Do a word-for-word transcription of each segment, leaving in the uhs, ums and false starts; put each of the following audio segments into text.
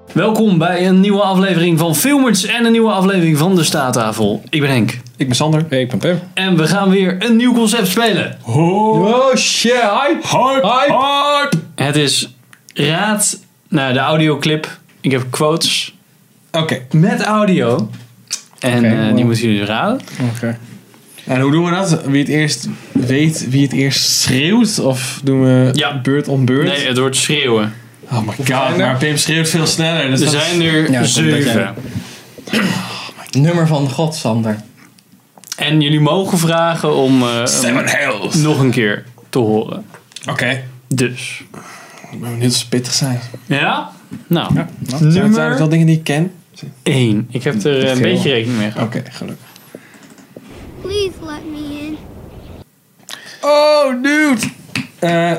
Welkom bij een nieuwe aflevering van Filmers en een nieuwe aflevering van De Staattafel. Ik ben Henk. Ik ben Sander. Hey, ik ben Pim. En we gaan weer een nieuw concept spelen. Oh shit, hype! Hype! Hype! Het is raad naar de audioclip. Ik heb quotes Oké. Okay. met audio. En Okay, uh, wow. die moeten jullie raden. Oké. Okay. En hoe doen we dat? Wie het eerst weet, wie het eerst schreeuwt? Of doen we Ja. beurt om beurt? Nee, het wordt schreeuwen. Oh my god, maar Pim schreeuwt veel sneller. Dus Er dat is... zijn er Ja, zeven. Nummer van God, Sander. En jullie mogen vragen om uh, Seven Hells. nog een keer te horen. Oké. Okay. Dus. Ik ben benieuwd of ze pittig zijn. Ja? Nou. Ja, nou. Zijn het, zijn Nummer het wel dingen die ik ken? één. Ik heb er uh, een Veel. beetje rekening mee gehouden. Oké, okay, gelukkig. Please let me in. Oh, dude! Uh,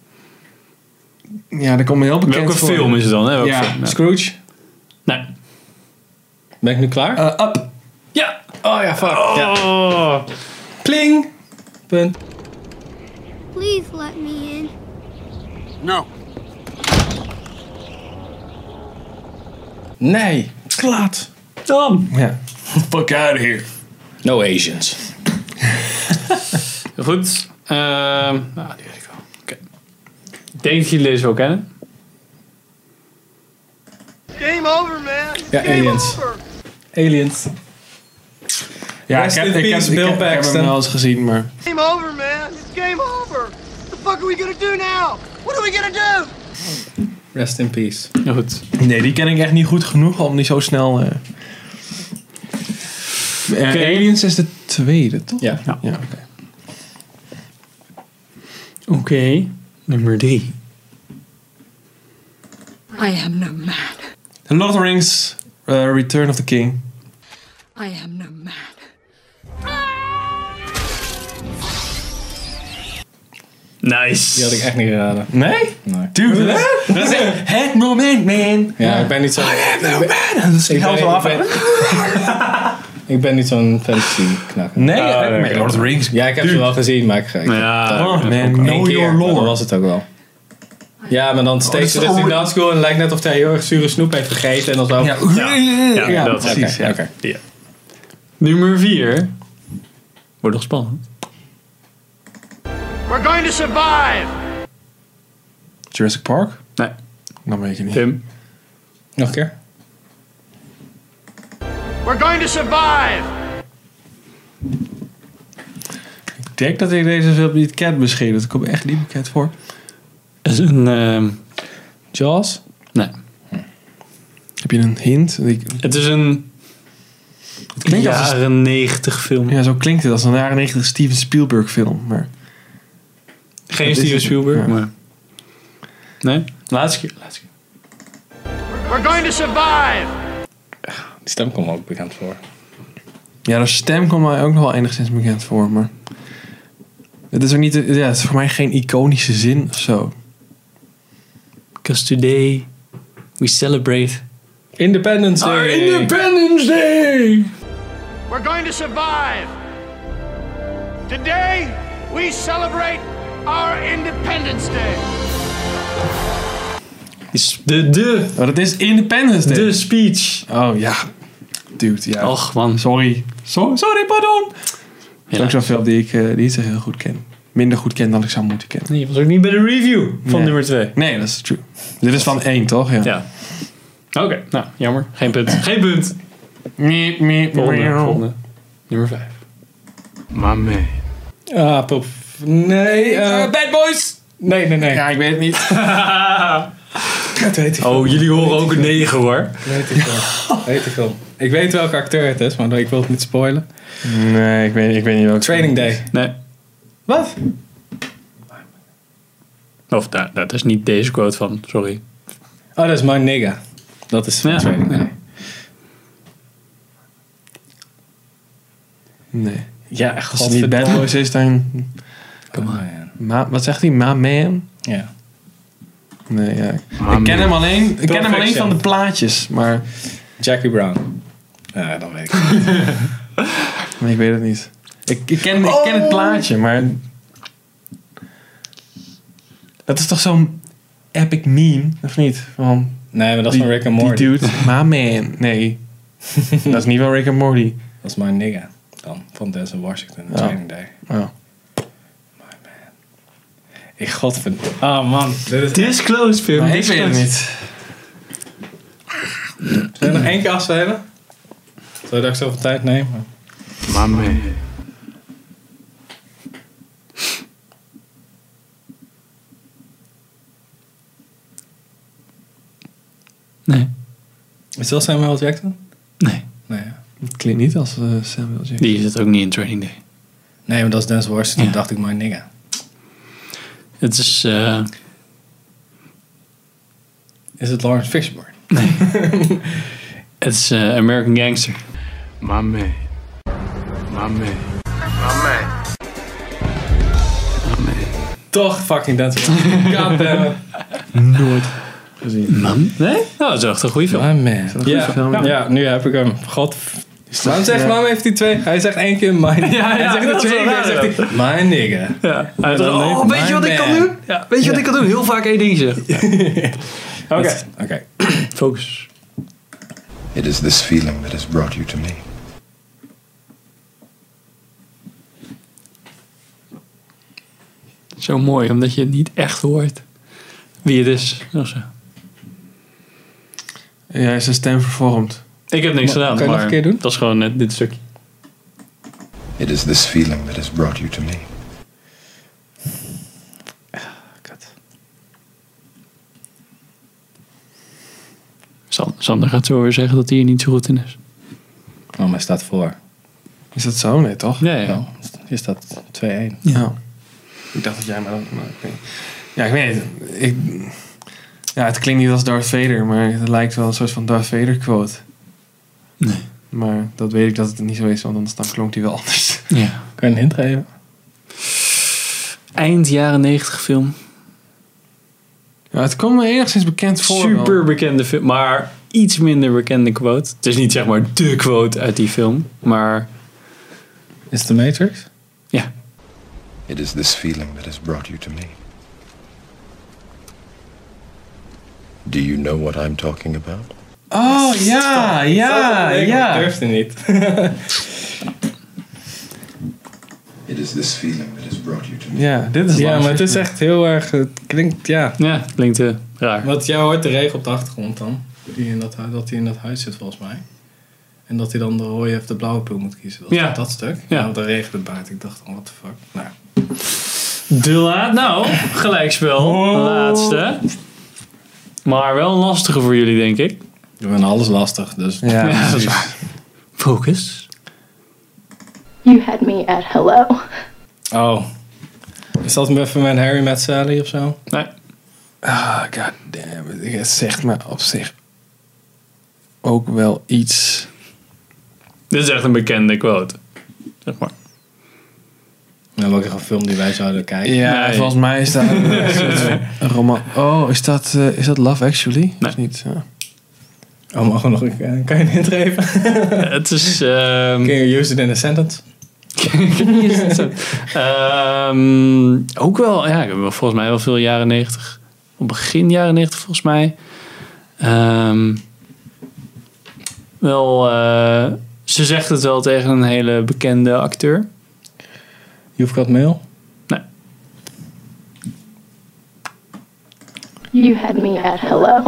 ja, dat komt me heel bekend Welke voor. film is het dan? Hè? Welke Ja, film? Ja. Scrooge. Nee. Ben ik nu klaar? Uh, up. Ja! oh ja, fuck. Ja. Oh. Pling. Punt. Please let me in. No. Nee. Klaat. Dan. Ja. Fuck out of here. No Asians. Goed. Ehm nou, die weet ik wel. Oké. Ik denk dat jullie deze wel kennen. Game over, man. It's Ja, game aliens. over. Aliens. Ja, Rest ik heb, in ik, heb, peace, ik, Bill heb, ik heb hem Paxton. wel eens gezien, maar... Game over, man. It's game over. What the fuck are we gonna do now? What are we gonna do? Rest in peace. Ja, goed. Nee, die ken ik echt niet goed genoeg om die zo snel... Uh... Uh, Oké. Aliens is de tweede, toch? Ja. Ja. Ja, oké. Oké. Okay. Nummer drie. I am no man. The Lord of the Rings, uh, Return of the King. I am no man. Nice. Die had ik echt niet geraden. Nee? Nee. Dude, dat is, dat is echt het moment, man. Ja, ik ben niet zo... I am no ik ben, man. Dat is ik ben, zo af. ik ben, ik ben niet zo'n fantasy knakker. Nee, Oh, uh, nee, nee, Lord of the Rings. Ja, ik heb Dude. ze wel gezien, maar ik ga... Ik Ja. Oh, man, Eén know keer, your maar dan lore. was het ook wel. Ja, maar dan steekt ze dat is dus die toch- dansschool en het lijkt net of hij heel erg zure snoep heeft gegeten en dan zo... Ja, Ja, ja, dat precies. Oké, Ja. oké. Ja. Nummer vier. Wordt nog spannend. We're going to survive. Jurassic Park? Nee. Dan weet je niet. Tim. Nog een keer? We're going to survive. Ik denk dat ik deze film niet ken misschien. Dat komt echt niet bekend voor. Dat is een... ehm Jaws? nee. Heb je een hint? Ik- Het is een... Het klinkt als een... jaren negentig film. Ja, zo klinkt het als een jaren negentig Steven Spielberg film. Maar... Geen Dat is Steven het. Spielberg, Ja. maar... Nee? Laatste keer. Laatste keer. We're going to survive. Die stem komt me ook bekend voor. Ja, de stem komt mij ook nog wel enigszins bekend voor. Maar... Het is ook niet... Ja, het is voor mij geen iconische zin of zo. Because today we celebrate Independence Day! our Independence Day! We're going to survive. Today, we celebrate our Independence Day. Is de, de, Maar dat is Independence Day. de speech. Oh ja. Dude, ja. Och man. Sorry. So, sorry, pardon. Dat is Ja. ook zo'n film die ik uh, niet zo heel goed ken. Minder goed ken dan ik zou moeten kennen. Nee, je was ook niet bij de review van Nee. nummer twee. Nee, dat is true. Dit is van één, toch? Ja. Ja. Oké, nou, jammer. Geen punt. Geen punt. Miep, miep, Volgende, miep. volgende. Nummer vijf. My man. Ah, pop. Nee, eh... Bad Boys! nee, nee, nee. Ja, ik weet het niet. Dat weet ik Oh, jullie horen ook een negen hoor. Weet ik wel. Weet ik wel. Ik weet welke acteur het is, maar ik wil het niet spoilen. Nee, ik weet, ik weet niet welke. Training Day. Nee. Wat? Of daar, dat is niet deze quote van, sorry. Oh, dat is My Nigga. Dat is van Ja. Training Day. Nee. Ja, Als het niet Bad Boys is, dan... Come on. Ma, wat zegt hij? Ma Man? Ja. Nee, ja. Ma ik ken Man. hem alleen, ik ken hem alleen Perfection. van de plaatjes, maar... Jackie Brown. Ja, dan weet ik het. Nee, ik weet het niet. Ik, ik, ken, ik ken het plaatje, maar... Dat is toch zo'n epic meme, of niet? Van Nee, maar dat is van Rick and Die Morty. dude, my man. Nee. Dat is niet van Rick and Morty. Dat is mijn nigga. Dan, van Denzel Washington, Ja. Training Day. Oh. My man. Ik godverd... Oh man. Dit is... Disclose, Pim. Maar ik weet het niet. Zullen we nog één keer afspelen? Zou je dat ik zoveel tijd neem? Maar mee. Nee. Is dat Samuel Jackson? Nee. Nee, ja. Het klinkt niet als uh, Samuel Jackson. Die zit ook niet in Training Day. Nee, maar dat is Denzel Washington. Ja. dacht ik, my nigga. Het is... Uh, Is het Lawrence Fishburne? het is uh, American Gangster. My man. My man. My man. Toch fucking Denzel. God damn it. Nooit gezien. Man? Nee? Nou, dat is echt een goede film. My man. een goede Ja, film? ja, ja, nu heb ik hem. God. Waarom zegt ja. waarom heeft hij twee? Hij zegt één keer my nigga. Ja, ja, hij zegt dat het is twee wel keer. raar, Zegt hij, my nigga. Ja. Hij dan zegt, oh, leeft weet je wat my ik kan man. doen? Ja, weet je wat ik kan doen? Heel vaak één ding zeggen. Oké. Oké. Focus. It is this feeling that has brought you to me. Zo mooi, omdat je het niet echt hoort wie het is. Of zo. Ja, is zijn stem vervormd. Ik heb niks Maar- gedaan, kan je nog maar een keer doen? dat is gewoon net dit stukje. It is this feeling that has brought you to me. Kut. San- Sander gaat zo weer zeggen dat hij er niet zo goed in is. Oh, maar hij staat voor. Is dat zo? Nee, toch? Ja, ja. Ja, hier staat twee-één. Ja. Ik dacht dat jij maar... maar ik weet niet. Ja, ik weet niet. Ik, ja, het klinkt niet als Darth Vader, maar het lijkt wel een soort van Darth Vader quote. Nee. Maar dat weet ik dat het niet zo is, want anders dan klonk hij wel anders. Ja. Kan je een hint geven? Eind jaren negentig film. Ja, het komt me enigszins bekend voor. Super wel. bekende film, maar iets minder bekende quote. Het is niet zeg maar de quote uit die film, maar Is het de Matrix? ja. It is this feeling that has brought you to me. Do you know what I'm talking about? Oh, ja, ja, Ik ja. durfde niet. It is this feeling that has brought you to me. Ja, dit is Ja, lang maar het is zeg echt heel erg... Het klinkt, ja. Ja, klinkt uh, raar. Want jij hoort de regen op de achtergrond dan. Die in dat, hu- dat hij in dat huis zit volgens mij. En dat hij dan de rode of de blauwe pil moet kiezen. Dat, Ja. dat stuk. Ja. Ja. Want de regen er buiten. Ik dacht, oh, what the fuck. Nou. De laat, nou, gelijkspel. Laatste. Maar wel een lastige voor jullie, denk ik. We vinden alles lastig, dus... Ja, Ja, dat is precies. waar. Focus. You had me at hello. Oh. Is dat even met Harry met Sally of zo? Nee. Ah, god damn it. Het zegt me op zich ook wel iets. Dit is echt een bekende quote. Zeg maar. Nou, welke een film die wij zouden kijken. Ja, Nee. volgens mij is dat een soort van een roman. Oh, is dat, uh, is dat Love Actually? Nee. Of niet? Ja. Oh, mag we nog een... uh, Kan je een hint geven? Het is... ehm, Can you use it in a sentence? Ehm, ook wel, ja, ik heb wel volgens mij wel veel jaren negentig. Op begin jaren negentig volgens mij. Ehm, wel, eh, ze zegt het wel tegen een hele bekende acteur. You've Got Mail? You had me at hello.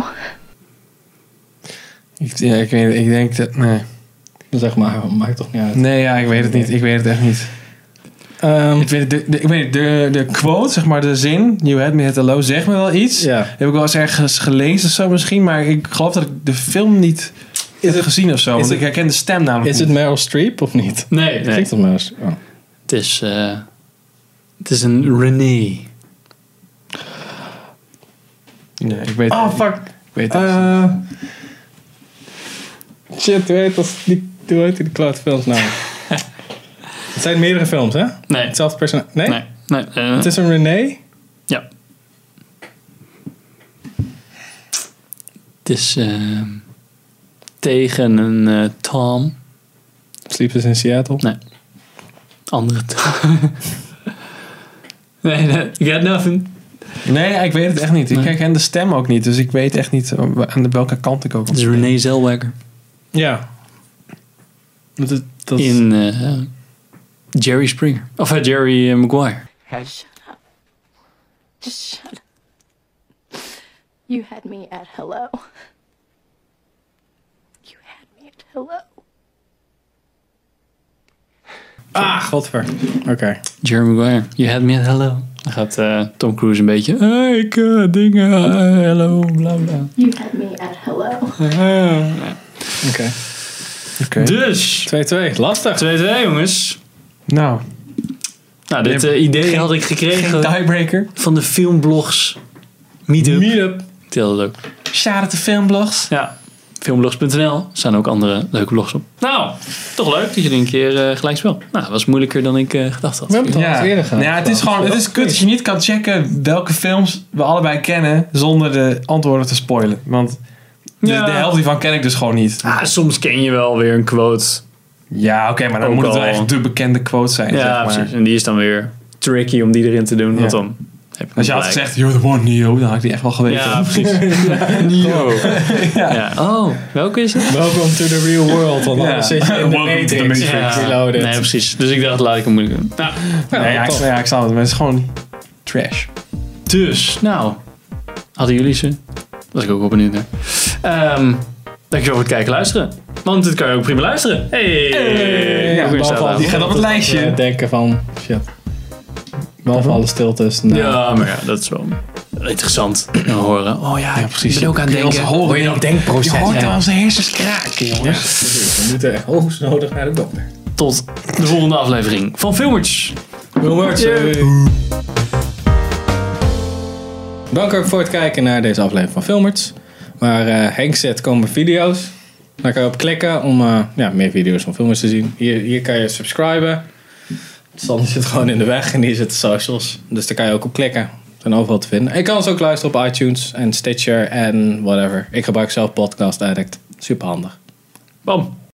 Ik, ja, ik, weet, ik denk dat... Nee. Dan zeg maar, maakt toch niet uit. Nee, ja, ik weet het niet. Ik weet het echt niet. Um, Ik weet, de, de, ik weet de, de quote, zeg maar de zin, you had me at hello, zegt me wel iets. ja. Heb ik wel eens ergens gelezen of zo misschien, maar ik geloof dat ik de film niet heb gezien of zo. Want het- ik herken de stem namelijk Is niet. het Meryl Streep of niet? Nee, Ik nee. denk dat Meryl Streep. Oh. Het is, eh, het is een René. Nee, ik weet Oh, het fuck. Ik weet het Uh, shit, hoe heet, dat, die, hoe heet die klote films nou? Het zijn meerdere films, hè? Nee. Hetzelfde personage. Nee? Nee. nee eh, Het is een René? Ja. Het is eh, tegen een eh, Tom. Sleepers in Seattle? Nee. Andere Tom. nee, nee, you got nothing. Nee, ik weet het echt niet. Ik Nee. herken de stem ook niet. Dus ik weet echt niet aan welke kant ik ook op Het is Renee Zellweger. Ja. Dat, het- dat is- In uh, Jerry Springer. Of uh, Jerry uh, Maguire. Shut up. Just shut up. You had me at hello. You had me at hello. Ah, godver. Oké. Okay. Jerry Maguire. You had me at hello. Dan gaat uh, Tom Cruise een beetje... Hey, ik uh, dingen, uh, hello, bla bla. You had me at hello. Oké. Oké. Dus... twee-twee. Lastig. twee-twee, jongens. Nou, Nou, dit uh, idee geen- had ik gekregen tiebreaker. van de filmblogs Meetup. Meetup. Telde het ook. Shout-out to filmblogs. Ja, filmblogs punt n l. Er staan ook andere leuke blogs op. Nou, toch leuk dat jullie een keer uh, gelijk spel. Nou, dat was moeilijker dan ik uh, gedacht had. We hebben het al Ja. eens eerder gedaan. ja, het is gewoon, het is kut als je niet kan checken welke films we allebei kennen zonder de antwoorden te spoilen. Want de, Ja. de helft hiervan ken ik dus gewoon niet. Ah, soms ken je wel weer een quote. Ja, oké, maar dan Ook moet het wel al- echt de bekende quote zijn. Ja, zeg maar. precies. En die is dan weer tricky om die erin te doen. Ja. Want dan heb je Als je had gelijk. gezegd, you're the one, Neo, dan had ik die echt wel geweten. Ja, precies. Neo. Ja. Oh, welke is het? Welcome to the real world. Want Ja. anders zit je in de Welcome to the Matrix. Matrix. Reloaded. Nee, precies. Dus ik dacht, laat ik hem moeilijk doen. Nou, Nee, ja, ik, tof. ja, ik snap het, maar het is gewoon trash. dus, nou. Hadden jullie ze? Was ik ook wel benieuwd naar. Um, dankjewel voor het kijken en luisteren. Want dit kan je ook prima luisteren. Hey! Ja, Ook weer behalve staat als die gaat op het lijstje. eh, denken van, shit. Behalve alle stiltes. Nou, Ja, maar ja, dat is wel interessant. te horen. Oh ja, Ja, precies. ik ben ook aan het Kun je denken. ons horen? Hoor je dat denkproces? Je hoort Ja. al onze hersens kraken, jongens. We moeten echt hoogstnodig naar de dokter. Tot de volgende aflevering van Filmers. Filmers. Dank ook voor het kijken naar deze aflevering van Filmers. Waar uh, Henk zet komen video's. Daar kan je op klikken om uh, ja, meer video's van Filmers te zien. Hier, hier kan je subscriben. Sander zit gewoon in de weg en hier zitten socials. Dus daar kan je ook op klikken. Ze zijn overal te vinden. En je kan ons ook luisteren op iTunes en Stitcher en whatever. Ik gebruik zelf Podcast Addict. Super handig. Bam.